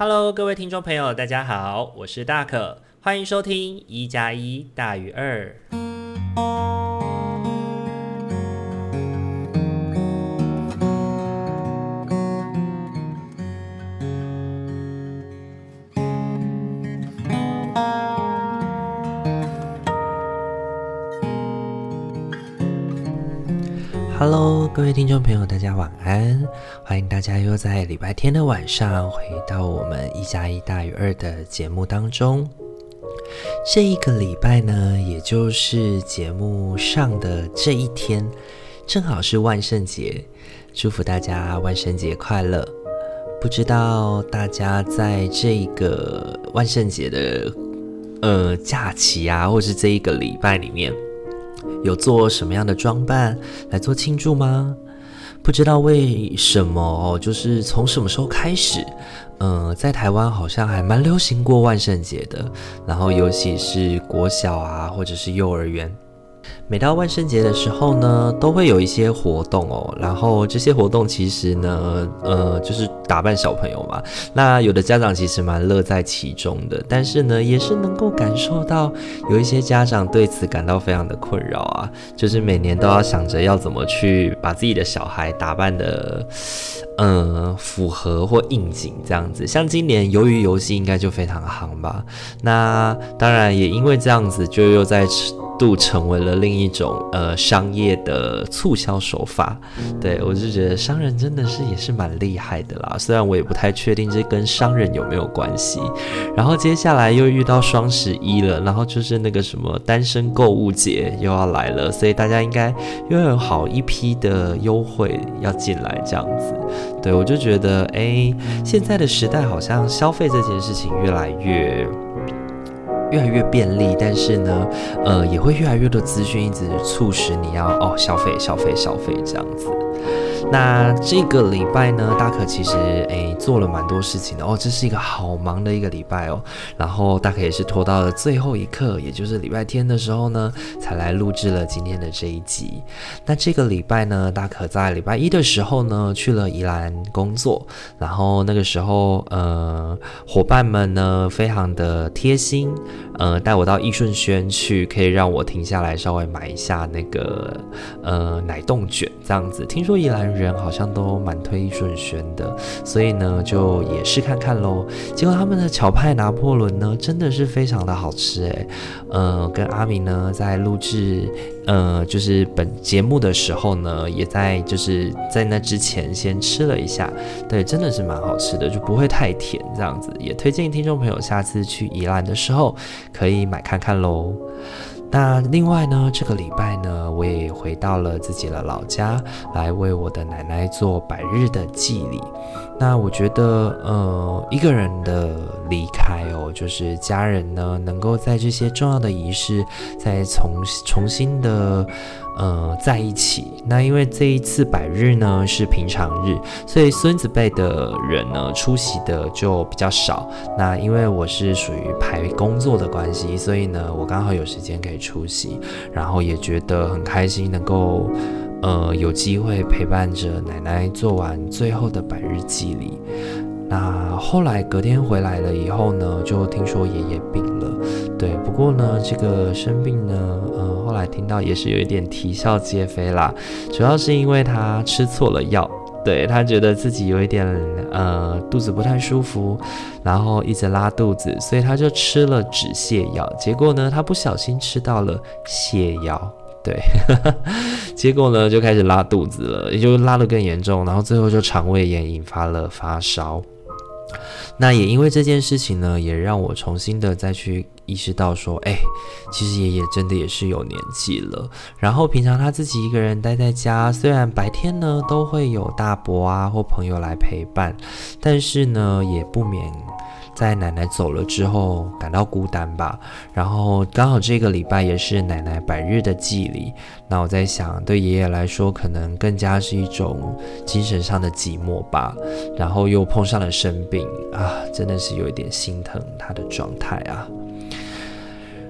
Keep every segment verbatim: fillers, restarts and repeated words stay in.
Hello， 各位听众朋友，大家好，我是大可，欢迎收听一加一大于二。Hello， 各位听众朋友，大家晚安！欢迎大家又在礼拜天的晚上回到我们一加一大于二的节目当中。这一个礼拜呢，也就是节目上的这一天，正好是万圣节，祝福大家万圣节快乐！不知道大家在这个万圣节的呃假期啊，或是这一个礼拜里面，有做什么样的装扮来做庆祝吗？不知道为什么哦，就是从什么时候开始，呃，在台湾好像还蛮流行过万圣节的，然后尤其是国小啊，或者是幼儿园。每到万圣节的时候呢，都会有一些活动哦，然后这些活动其实呢，呃，就是打扮小朋友嘛。那有的家长其实蛮乐在其中的，但是呢，也是能够感受到有一些家长对此感到非常的困扰啊，就是每年都要想着要怎么去把自己的小孩打扮的，呃，符合或应景这样子。像今年鱿鱼游戏应该就非常夯吧。那当然也因为这样子，就又在度成为了另一种呃商业的促销手法。对，我就觉得商人真的是也是蛮厉害的啦，虽然我也不太确定这跟商人有没有关系。然后接下来又遇到双十一了，然后就是那个什么单身购物节又要来了，所以大家应该又有好一批的优惠要进来这样子。对，我就觉得哎，现在的时代好像消费这件事情越来越越来越便利，但是呢，呃，也会越来越多资讯一直促使你要哦消费消费消费这样子。那这个礼拜呢，大可其实诶做了蛮多事情的哦，这是一个好忙的一个礼拜哦。然后大可也是拖到了最后一刻，也就是礼拜天的时候呢，才来录制了今天的这一集。那这个礼拜呢，大可在礼拜一的时候呢，去了宜兰工作，然后那个时候呃，伙伴们呢非常的贴心，呃，带我到益顺轩去，可以让我停下来稍微买一下那个呃奶冻卷这样子。听说宜兰人好像都蛮推益顺轩的，所以呢就也试看看咯。结果他们的巧派拿破仑呢真的是非常的好吃诶。呃，跟阿明呢在录制呃就是本节目的时候呢，也在就是在那之前先吃了一下，对，真的是蛮好吃的，就不会太甜这样子。也推荐听众朋友下次去宜兰的时候可以买看看咯。那另外呢，这个礼拜呢，我也回到了自己的老家，来为我的奶奶做百日的祭礼。那我觉得，呃，一个人的离开哦，就是家人呢，能够在这些重要的仪式，再重重新的。呃，在一起。那因为这一次百日呢是平常日，所以孙子辈的人呢出席的就比较少。那因为我是属于排工作的关系，所以呢我刚好有时间可以出席，然后也觉得很开心能够呃有机会陪伴着奶奶做完最后的百日祭礼。那后来隔天回来了以后呢，就听说爷爷病了，对，不过呢，这个生病呢，呃，后来听到也是有一点啼笑皆非啦，主要是因为他吃错了药，对，他觉得自己有一点呃肚子不太舒服，然后一直拉肚子，所以他就吃了止泻药，结果呢，他不小心吃到了泻药。对，结果呢就开始拉肚子了，也就拉得更严重，然后最后就肠胃炎引发了发烧。那也因为这件事情呢，也让我重新的再去意识到说，哎，其实爷爷真的也是有年纪了。然后平常他自己一个人待在家，虽然白天呢都会有大伯啊或朋友来陪伴，但是呢也不免在奶奶走了之后感到孤单吧。然后刚好这个礼拜也是奶奶百日的祭礼，那我在想对爷爷来说可能更加是一种精神上的寂寞吧。然后又碰上了生病啊，真的是有一点心疼他的状态啊。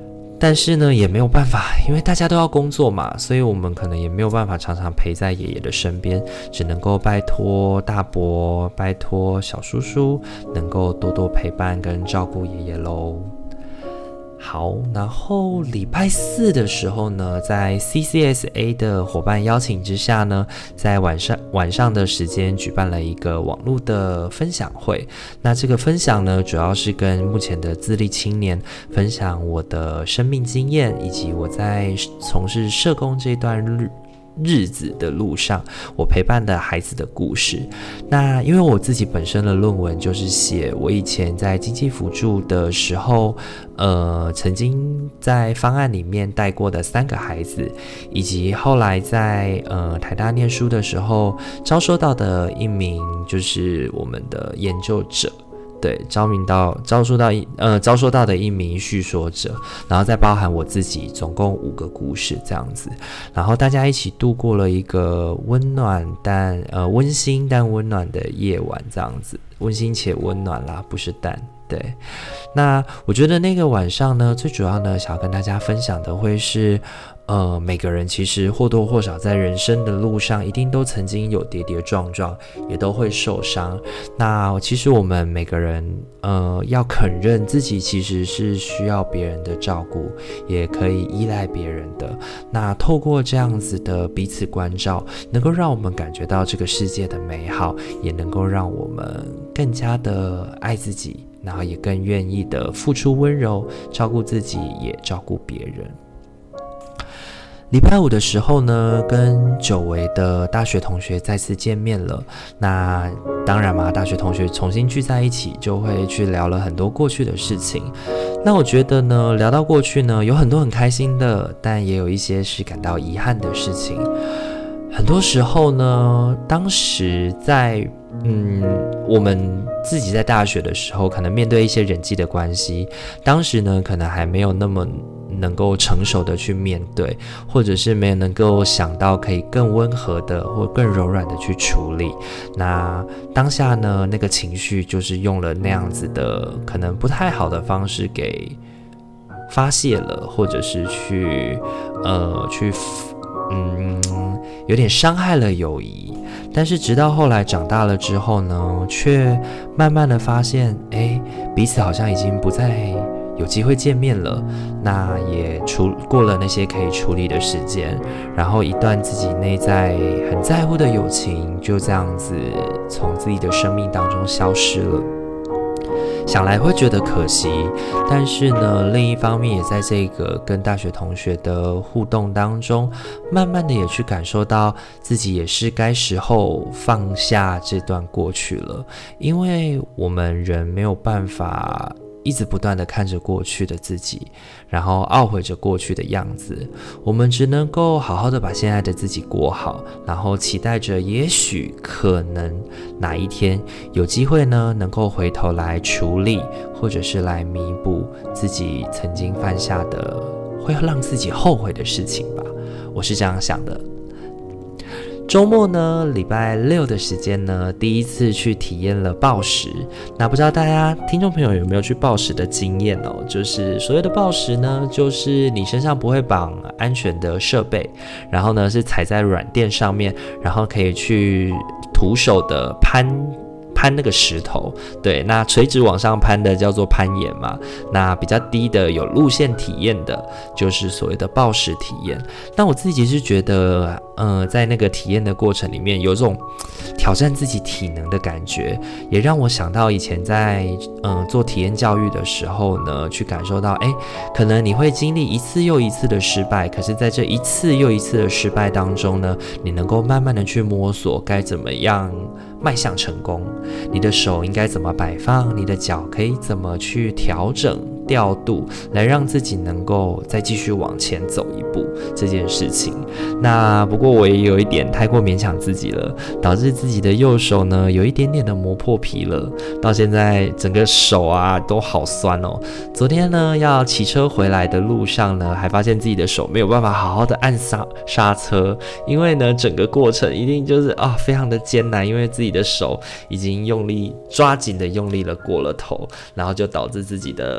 但是呢也没有办法，因为大家都要工作嘛，所以我们可能也没有办法常常陪在爷爷的身边，只能够拜托大伯，拜托小叔叔能够多多陪伴跟照顾爷爷咯。好，然后礼拜四的时候呢，在 C C S A 的伙伴邀请之下呢，在晚上晚上的时间举办了一个网络的分享会。那这个分享呢，主要是跟目前的自立青年分享我的生命经验，以及我在从事社工这段日日子的路上，我陪伴的孩子的故事。那因为我自己本身的论文就是写我以前在经济辅助的时候，呃，曾经在方案里面带过的三个孩子，以及后来在呃台大念书的时候招收到的一名就是我们的研究者。对，招名到招收到一呃招收到的一名叙说者，然后再包含我自己，总共五个故事这样子，然后大家一起度过了一个温暖但呃温馨但温暖的夜晚，这样子，温馨且温暖啦，不是淡。对，那我觉得那个晚上呢，最主要呢，想要跟大家分享的会是，呃，每个人其实或多或少在人生的路上，一定都曾经有跌跌撞撞，也都会受伤。那其实我们每个人，呃，要肯认自己其实是需要别人的照顾，也可以依赖别人的。那透过这样子的彼此关照，能够让我们感觉到这个世界的美好，也能够让我们更加的爱自己。然后也更愿意的付出温柔，照顾自己，也照顾别人。礼拜五的时候呢，跟久违的大学同学再次见面了。那当然嘛，大学同学重新聚在一起，就会去聊了很多过去的事情。那我觉得呢，聊到过去呢，有很多很开心的，但也有一些是感到遗憾的事情。很多时候呢，当时在嗯，我们自己在大学的时候，可能面对一些人际的关系，当时呢，可能还没有那么能够成熟的去面对，或者是没有能够想到可以更温和的或更柔软的去处理。那当下呢，那个情绪就是用了那样子的可能不太好的方式给发泄了，或者是去呃去嗯有点伤害了友谊。但是直到后来长大了之后呢，却慢慢的发现，哎，彼此好像已经不再有机会见面了。那也处过了那些可以处理的时间，然后一段自己内在很在乎的友情，就这样子从自己的生命当中消失了。想来会觉得可惜，但是呢，另一方面也在这个跟大学同学的互动当中，慢慢的也去感受到自己也是该时候放下这段过去了，因为我们人没有办法一直不断的看着过去的自己，然后懊悔着过去的样子，我们只能够好好的把现在的自己过好，然后期待着也许可能哪一天有机会呢，能够回头来处理，或者是来弥补自己曾经犯下的会让自己后悔的事情吧，我是这样想的。周末呢，礼拜六的时间呢，第一次去体验了抱石。那不知道大家听众朋友有没有去抱石的经验哦？就是所谓的抱石呢，就是你身上不会绑安全的设备，然后呢是踩在软垫上面，然后可以去徒手的攀。攀那个石头，对，那垂直往上攀的叫做攀岩嘛，那比较低的有路线体验的，就是所谓的抱石体验。那我自己是觉得，呃，在那个体验的过程里面，有种挑战自己体能的感觉，也让我想到以前在嗯、呃、做体验教育的时候呢，去感受到，哎，可能你会经历一次又一次的失败，可是在这一次又一次的失败当中呢，你能够慢慢的去摸索该怎么样迈向成功，你的手应该怎么摆放，你的脚可以怎么去调整调度，来让自己能够再继续往前走一步这件事情。那不过我也有一点太过勉强自己了，导致自己的右手呢有一点点的磨破皮了，到现在整个手啊都好酸哦。昨天呢要骑车回来的路上呢，还发现自己的手没有办法好好的按刹刹车，因为呢整个过程一定就是啊非常的艰难，因为自己的手已经用力抓紧的用力了过了头，然后就导致自己的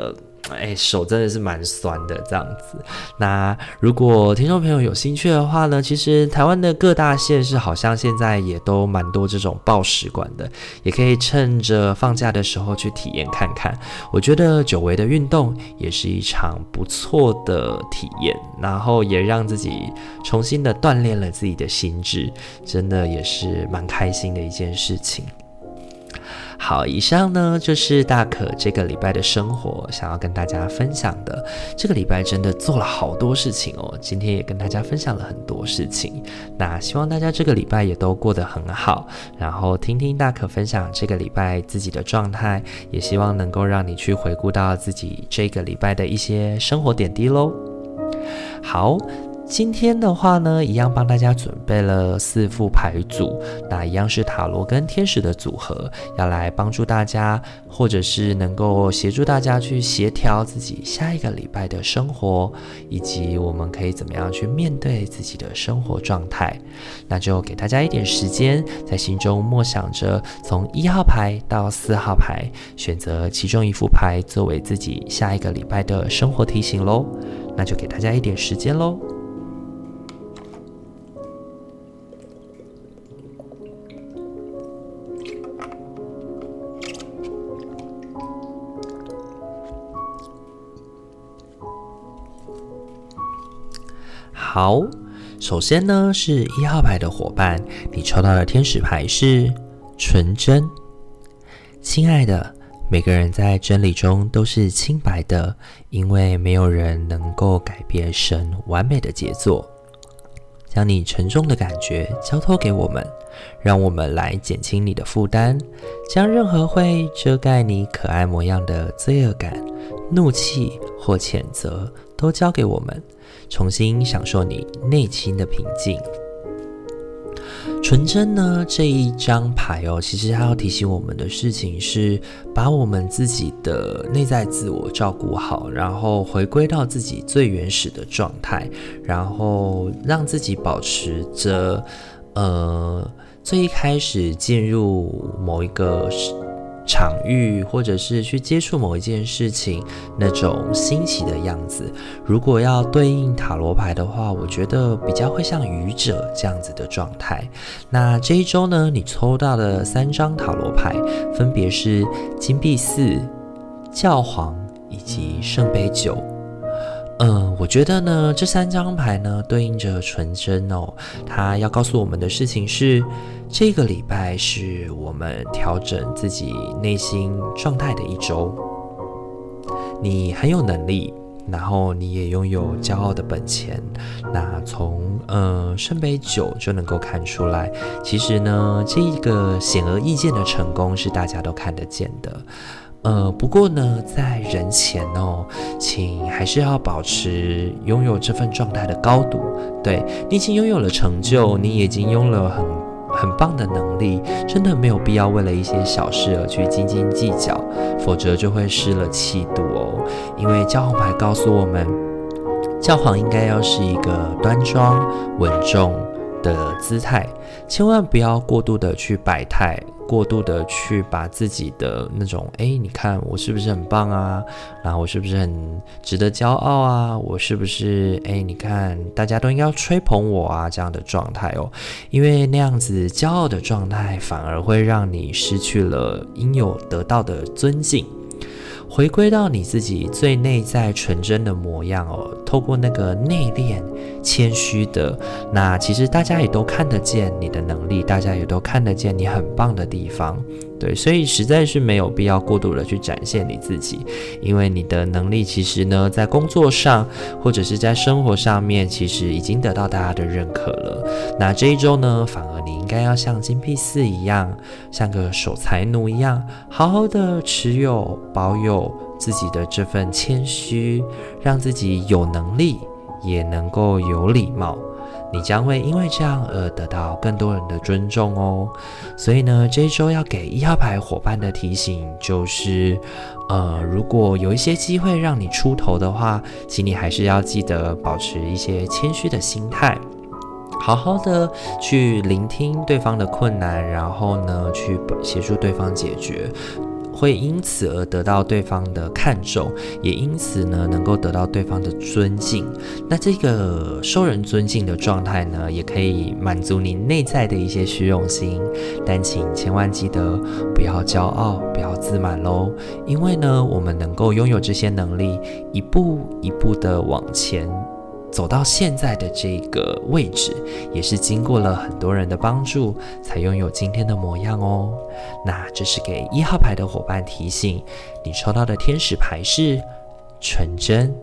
哎，手真的是蛮酸的这样子。那如果听众朋友有兴趣的话呢，其实台湾的各大县市好像现在也都蛮多这种抱石馆的，也可以趁着放假的时候去体验看看。我觉得久违的运动也是一场不错的体验，然后也让自己重新的锻炼了自己的心智，真的也是蛮开心的一件事情。好，以上呢就是大可这个礼拜的生活想要跟大家分享的。这个礼拜真的做了好多事情哦，今天也跟大家分享了很多事情。那希望大家这个礼拜也都过得很好，然后听听大可分享这个礼拜自己的状态，也希望能够让你去回顾到自己这个礼拜的一些生活点滴咯。好，今天的话呢，一样帮大家准备了四副牌组，那一样是塔罗跟天使的组合，要来帮助大家，或者是能够协助大家去协调自己下一个礼拜的生活，以及我们可以怎么样去面对自己的生活状态。那就给大家一点时间，在心中默想着从一号牌到四号牌，选择其中一副牌作为自己下一个礼拜的生活提醒咯。那就给大家一点时间咯。好，首先呢是一号牌的伙伴，你抽到的天使牌是纯真。亲爱的，每个人在真理中都是清白的，因为没有人能够改变神完美的杰作。将你沉重的感觉交托给我们，让我们来减轻你的负担，将任何会遮盖你可爱模样的罪恶感、怒气或谴责都交给我们，重新享受你内心的平静。纯真呢，这一张牌哦，其实它要提醒我们的事情是，把我们自己的内在自我照顾好，然后回归到自己最原始的状态，然后让自己保持着，呃，最一开始进入某一个场域，或者是去接触某一件事情那种新奇的样子。如果要对应塔罗牌的话，我觉得比较会像愚者这样子的状态。那这一周呢，你抽到的三张塔罗牌分别是金币四、教皇以及圣杯九。嗯，我觉得呢，这三张牌呢对应着纯真哦，它要告诉我们的事情是，这个礼拜是我们调整自己内心状态的一周。你很有能力，然后你也拥有骄傲的本钱。那从呃圣杯九就能够看出来，其实呢，这个显而易见的成功是大家都看得见的。呃，不过呢，在人前哦，请还是要保持拥有这份状态的高度。对，你已经拥有了成就，你已经拥有了很很棒的能力，真的没有必要为了一些小事而去斤斤计较，否则就会失了气度哦。因为教皇牌告诉我们，教皇应该要是一个端庄稳重的姿态，千万不要过度的去摆态，过度的去把自己的那种哎，你看我是不是很棒啊，然后我是不是很值得骄傲啊，我是不是哎，你看大家都应该要吹捧我啊，这样的状态哦。因为那样子骄傲的状态反而会让你失去了应有得到的尊敬。回归到你自己最内在纯真的模样哦，透过那个内敛谦虚的，那其实大家也都看得见你的能力，大家也都看得见你很棒的地方。对，所以实在是没有必要过度的去展现你自己，因为你的能力其实呢，在工作上或者是在生活上面，其实已经得到大家的认可了。那这一周呢，反而你应该要像金币四一样，像个守财奴一样，好好的持有保有自己的这份谦虚，让自己有能力也能够有礼貌，你将会因为这样而得到更多人的尊重哦。所以呢，这一周要给一号牌伙伴的提醒就是，呃，如果有一些机会让你出头的话，请你还是要记得保持一些谦虚的心态，好好的去聆听对方的困难，然后呢，去协助对方解决。 会因此而得到对方的看重，也因此呢能够得到对方的尊敬。那这个受人尊敬的状态呢，也可以满足你内在的一些虚荣心，但请千万记得不要骄傲，不要自满咯。因为呢，我们能够拥有这些能力，一步一步的往前走到现在的这个位置，也是经过了很多人的帮助，才拥有今天的模样哦。那这是给一号牌的伙伴提醒，你抽到的天使牌是纯真。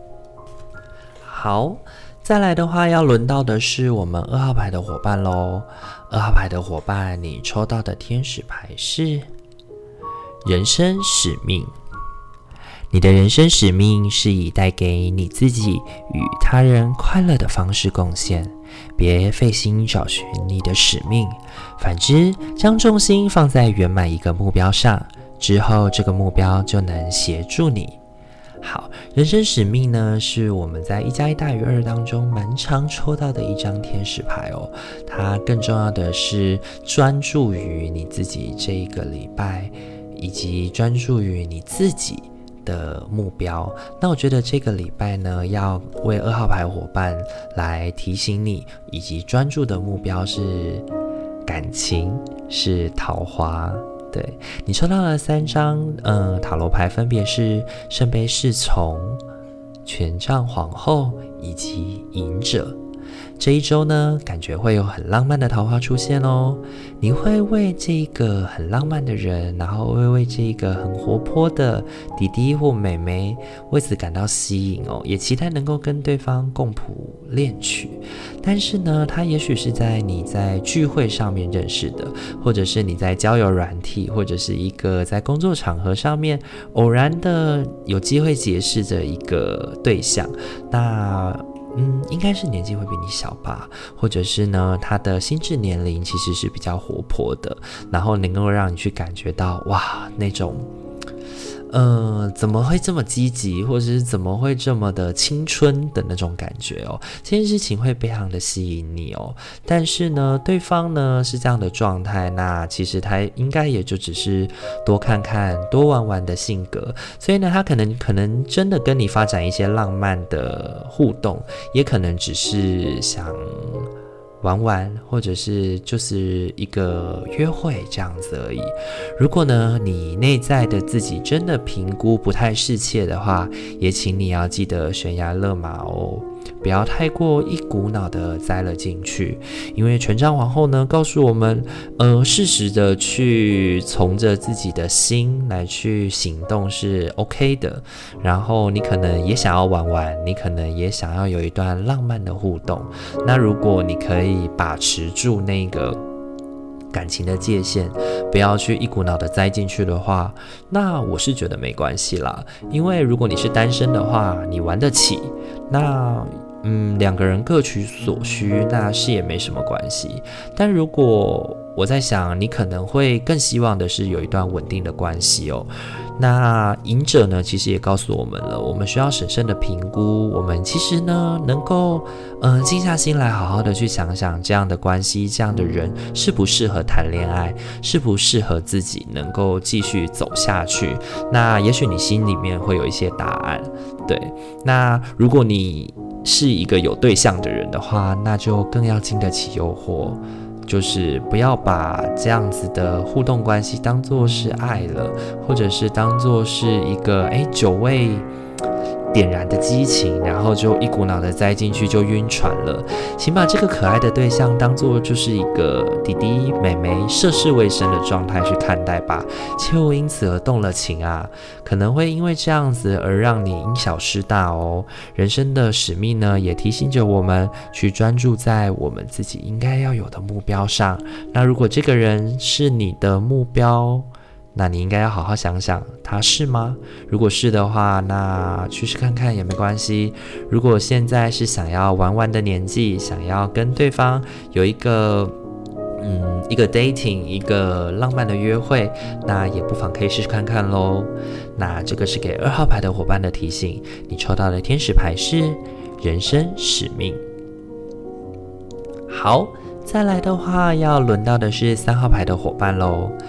好，再来的话，要轮到的是我们二号牌的伙伴咯。二号牌的伙伴，你抽到的天使牌是人生使命。你的人生使命是以带给你自己与他人快乐的方式贡献，别费心找寻你的使命，反之，将重心放在圆满一个目标上，之后这个目标就能协助你。好，人生使命呢，是我们在一加一大于二当中蛮常抽到的一张天使牌哦。它更重要的是专注于你自己这一个礼拜，以及专注于你自己的目标。那我觉得这个礼拜呢，要为二号牌伙伴来提醒你，以及专注的目标是感情，是桃花。对，你抽到了三张呃塔罗牌，分别是圣杯侍从、权杖皇后以及隐者。这一周呢，感觉会有很浪漫的桃花出现哦。你会为这个很浪漫的人，然后会为这个很活泼的弟弟或妹妹为此感到吸引哦，也期待能够跟对方共谱恋曲。但是呢，他也许是在你在聚会上面认识的，或者是你在交友软体，或者是一个在工作场合上面偶然的有机会结识的一个对象。那嗯，应该是年纪会比你小吧，或者是呢，他的心智年龄其实是比较活泼的，然后能够让你去感觉到哇，那种呃，怎么会这么积极，或者是怎么会这么的青春的那种感觉哦，这件事情会非常的吸引你哦。但是呢，对方呢是这样的状态，那其实他应该也就只是多看看、多玩玩的性格，所以呢，他可能可能真的跟你发展一些浪漫的互动，也可能只是想玩玩，或者是就是一个约会这样子而已。如果呢，你内在的自己真的评估不太适切的话，也请你要记得悬崖勒马哦，不要太过一股脑的栽了进去。因为权杖皇后呢，告诉我们，呃，适时的去从着自己的心来去行动是 OK 的。然后你可能也想要玩玩，你可能也想要有一段浪漫的互动。那如果你可以把持住那个感情的界限，不要去一股脑的栽进去的话，那我是觉得没关系啦。因为如果你是单身的话，你玩得起，那嗯，两个人各取所需，那是也没什么关系。但如果我在想，你可能会更希望的是有一段稳定的关系哦。那隐者呢，其实也告诉我们了，我们需要审慎的评估，我们其实呢，能够呃静下心来，好好的去想想，这样的关系，这样的人适不适合谈恋爱，适不适合自己能够继续走下去。那也许你心里面会有一些答案，对。那如果你是一个有对象的人的话，那就更要经得起诱惑。就是不要把这样子的互动关系当作是爱了，或者是当作是一个诶久未点燃的激情，然后就一股脑的栽进去就晕船了。请把这个可爱的对象当作就是一个弟弟妹妹涉世未深的状态去看待吧，切勿因此而动了情啊，可能会因为这样子而让你因小失大哦。人生的使命呢，也提醒着我们去专注在我们自己应该要有的目标上。那如果这个人是你的目标，那你应该要好好想想，他是吗？如果是的话，那去试看看也没关系。如果现在是想要玩玩的年纪，想要跟对方有一个嗯一个 dating 一个浪漫的约会，那也不妨可以试试看看咯。那这个是给二号牌的伙伴的提醒，你抽到的天使牌是人生使命。好，再来的话要轮到的是三号牌的伙伴咯。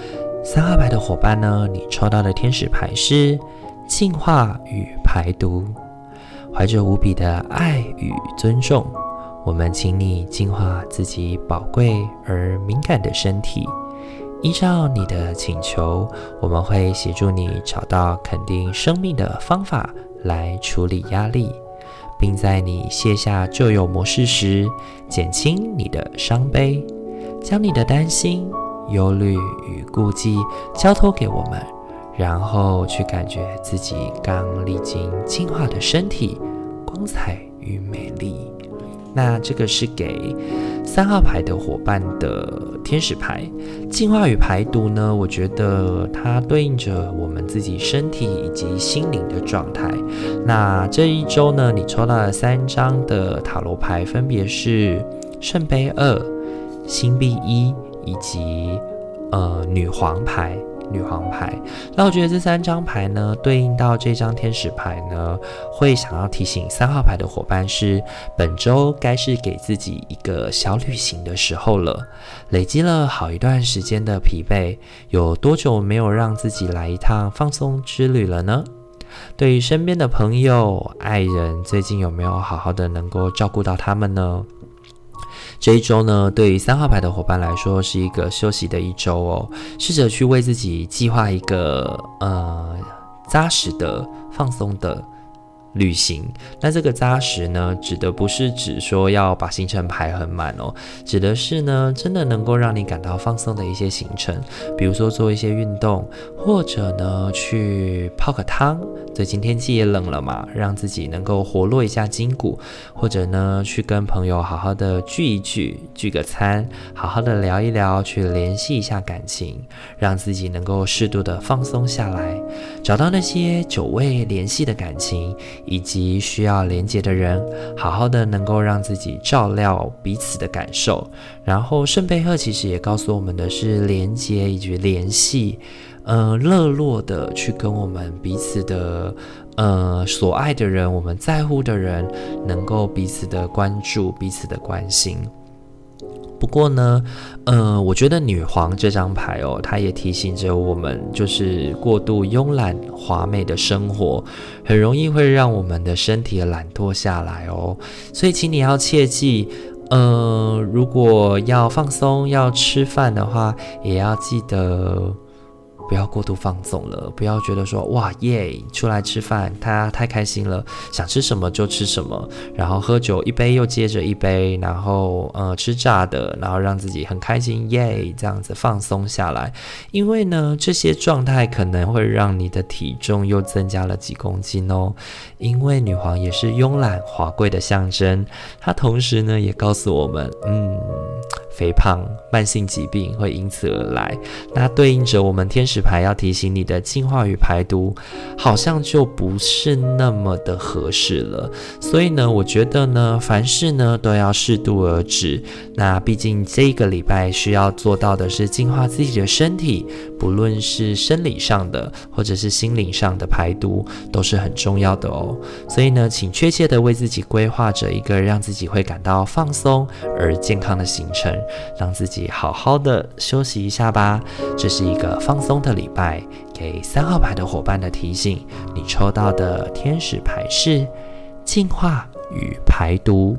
三号牌的伙伴呢，你抽到的天使牌是净化与排毒。怀着无比的爱与尊重，我们请你净化自己宝贵而敏感的身体。依照你的请求，我们会协助你找到肯定生命的方法来处理压力，并在你卸下旧有模式时，减轻你的伤悲，将你的担心、忧虑与顾忌交托给我们，然后去感觉自己刚历经净化的身体光彩与美丽。那这个是给三号牌的伙伴的天使牌。净化与排毒呢，我觉得它对应着我们自己身体以及心灵的状态。那这一周呢，你抽到了三张的塔罗牌，分别是圣杯二、星币一以及呃女皇牌。女皇牌，那我觉得这三张牌呢，对应到这张天使牌呢，会想要提醒三号牌的伙伴是，本周该是给自己一个小旅行的时候了。累积了好一段时间的疲惫，有多久没有让自己来一趟放松之旅了呢？对于身边的朋友、爱人，最近有没有好好的能够照顾到他们呢？这一周呢，对于三号牌的伙伴来说是一个休息的一周哦，试着去为自己计划一个呃扎实的、放松的旅行。那这个扎实呢，指的不是指说要把行程排很满哦，指的是呢，真的能够让你感到放松的一些行程，比如说做一些运动，或者呢去泡个汤。最近天气也冷了嘛，让自己能够活络一下筋骨，或者呢去跟朋友好好的聚一聚，聚个餐，好好的聊一聊，去联系一下感情，让自己能够适度的放松下来，找到那些久未联系的感情以及需要连结的人，好好的能够让自己照料彼此的感受。然后圣杯二其实也告诉我们的是连结以及联系，呃，热络的去跟我们彼此的呃所爱的人，我们在乎的人，能够彼此的关注，彼此的关心。不过呢，呃，我觉得女皇这张牌哦，它也提醒着我们，就是过度慵懒华美的生活，很容易会让我们的身体懒惰下来哦。所以请你要切记，呃，如果要放松、要吃饭的话，也要记得不要过度放纵了，不要觉得说哇耶出来吃饭他太开心了，想吃什么就吃什么，然后喝酒一杯又接着一杯，然后呃吃炸的，然后让自己很开心耶，这样子放松下来。因为呢这些状态可能会让你的体重又增加了几公斤哦。因为女皇也是慵懒华贵的象征，她同时呢也告诉我们嗯肥胖慢性疾病会因此而来，那对应着我们天使牌要提醒你的净化与排毒，好像就不是那么的合适了。所以呢我觉得呢凡事呢都要适度而止，那毕竟这个礼拜需要做到的是净化自己的身体，不论是生理上的或者是心灵上的排毒都是很重要的哦。所以呢请确切的为自己规划着一个让自己会感到放松而健康的行程，让自己好好的休息一下吧。这是一个放松的礼拜，给三号牌的伙伴的提醒。你抽到的天使牌是净化与排毒。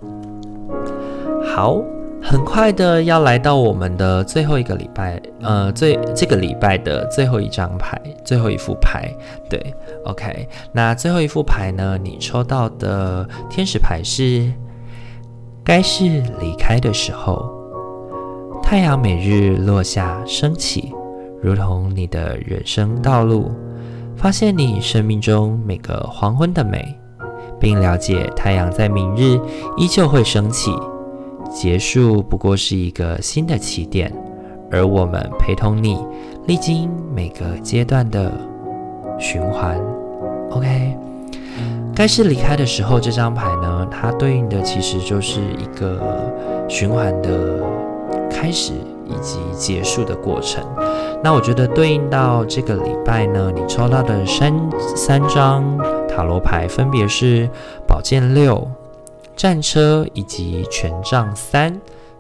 好，很快的要来到我们的最后一个礼拜，呃，最这个礼拜的最后一张牌，最后一副牌。对 ，OK， 那最后一副牌呢，你抽到的天使牌是该是离开的时候。太阳每日落下升起，如同你的人生道路，发现你生命中每个黄昏的美，并了解太阳在明日依旧会升起，结束不过是一个新的起点，而我们陪同你历经每个阶段的循环。 OK， 该是离开的时候这张牌呢，它对应的其实就是一个循环的开始以及结束的过程。那我觉得对应到这个礼拜呢，你抽到的三三张塔罗牌分别是宝剑六、战车以及权杖三。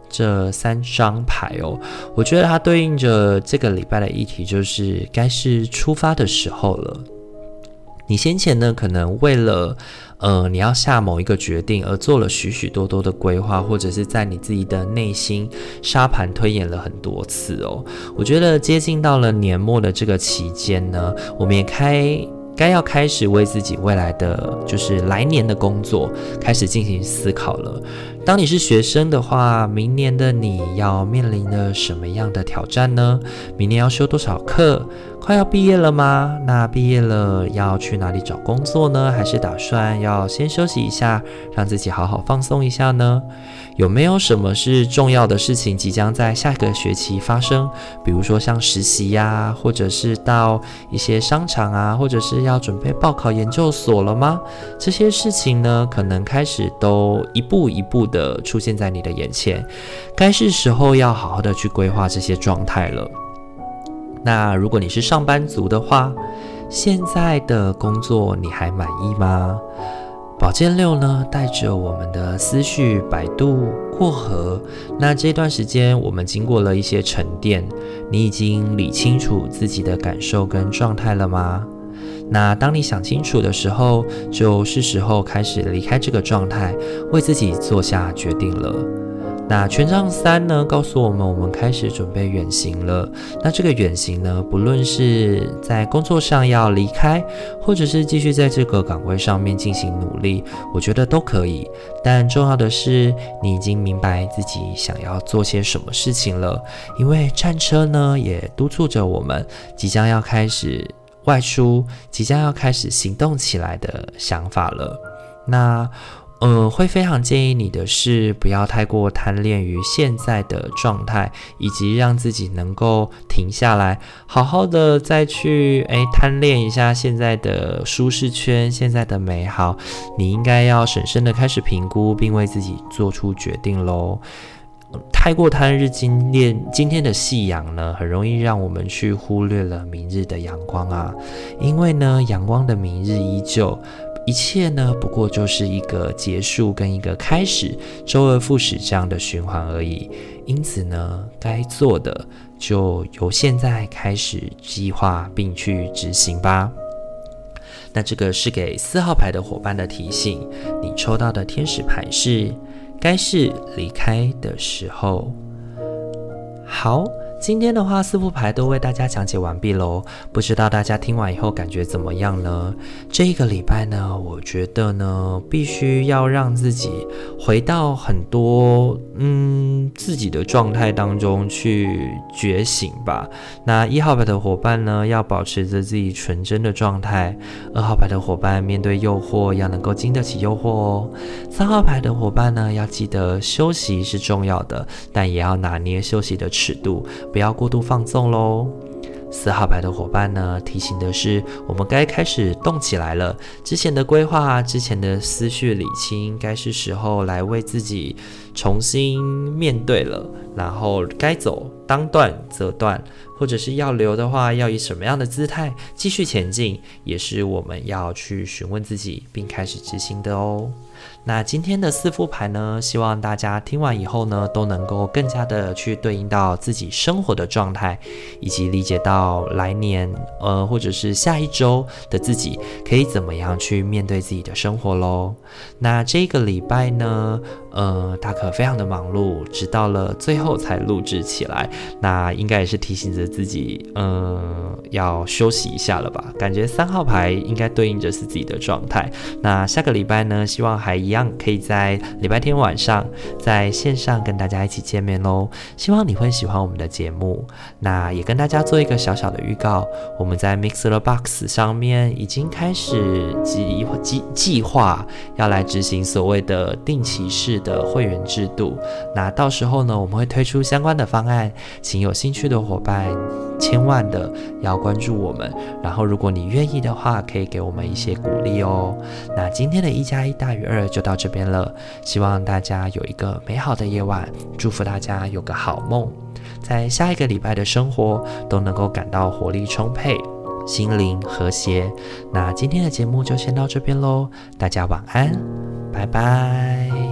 这三张牌哦，我觉得它对应着这个礼拜的议题，就是该是出发的时候了。你先前呢，可能为了呃你要下某一个决定而做了许许多多的规划，或者是在你自己的内心沙盘推演了很多次哦。我觉得接近到了年末的这个期间呢，我们也开该要开始为自己未来的就是来年的工作开始进行思考了。当你是学生的话，明年的你要面临了什么样的挑战呢？明年要修多少课？快要毕业了吗？那毕业了要去哪里找工作呢？还是打算要先休息一下，让自己好好放松一下呢？有没有什么是重要的事情即将在下个学期发生？比如说像实习呀，或者是到一些商场啊，或者是要准备报考研究所了吗？这些事情呢，可能开始都一步一步的出现在你的眼前，该是时候要好好的去规划这些状态了。那如果你是上班族的话，现在的工作你还满意吗？宝剑六呢，带着我们的思绪摆渡过河。那这段时间我们经过了一些沉淀，你已经理清楚自己的感受跟状态了吗？那当你想清楚的时候，就是时候开始离开这个状态，为自己做下决定了。那权杖三呢，告诉我们我们开始准备远行了。那这个远行呢，不论是在工作上要离开，或者是继续在这个岗位上面进行努力，我觉得都可以。但重要的是，你已经明白自己想要做些什么事情了。因为战车呢，也督促着我们即将要开始外出，即将要开始行动起来的想法了。那呃，会非常建议你的是，不要太过贪恋于现在的状态，以及让自己能够停下来，好好的再去诶贪恋一下现在的舒适圈，现在的美好。你应该要审慎的开始评估，并为自己做出决定咯。太过贪日今恋今天的夕阳呢，很容易让我们去忽略了明日的阳光啊。因为呢，阳光的明日依旧。一切呢，不过就是一个结束跟一个开始，周而复始这样的循环而已。因此呢，该做的就由现在开始计划并去执行吧。那这个是给四号牌的伙伴的提醒，你抽到的天使牌是该是离开的时候。好，今天的话四副牌都为大家讲解完毕咯，不知道大家听完以后感觉怎么样呢？这一个礼拜呢，我觉得呢，必须要让自己回到很多嗯自己的状态当中去觉醒吧。那一号牌的伙伴呢，要保持着自己纯真的状态；二号牌的伙伴面对诱惑要能够经得起诱惑哦；三号牌的伙伴呢，要记得休息是重要的，但也要拿捏休息的尺度，不要过度放纵咯。四号牌的伙伴呢，提醒的是我们该开始动起来了。之前的规划，之前的思绪理清，该是时候来为自己重新面对了。然后该走当断则断，或者是要留的话，要以什么样的姿态继续前进，也是我们要去询问自己并开始执行的哦。那今天的四副牌呢，希望大家听完以后呢，都能够更加的去对应到自己生活的状态，以及理解到来年呃或者是下一周的自己可以怎么样去面对自己的生活咯。那这个礼拜呢，呃大可非常的忙碌，直到了最后才录制起来，那应该也是提醒着自己呃要休息一下了吧。感觉三号牌应该对应着是自己的状态。那下个礼拜呢，希望还一样可以在礼拜天晚上在线上跟大家一起见面咯。希望你会喜欢我们的节目。那也跟大家做一个小小的预告，我们在 Mixer Box 上面已经开始计计计划要来执行所谓的定期式的会员制度。那到时候呢，我们会推出相关的方案，请有兴趣的伙伴千万的要关注我们，然后如果你愿意的话，可以给我们一些鼓励哦。那今天的一加一大于二就到这边了，希望大家有一个美好的夜晚，祝福大家有个好梦，在下一个礼拜的生活都能够感到活力充沛，心灵和谐。那今天的节目就先到这边咯，大家晚安，拜拜。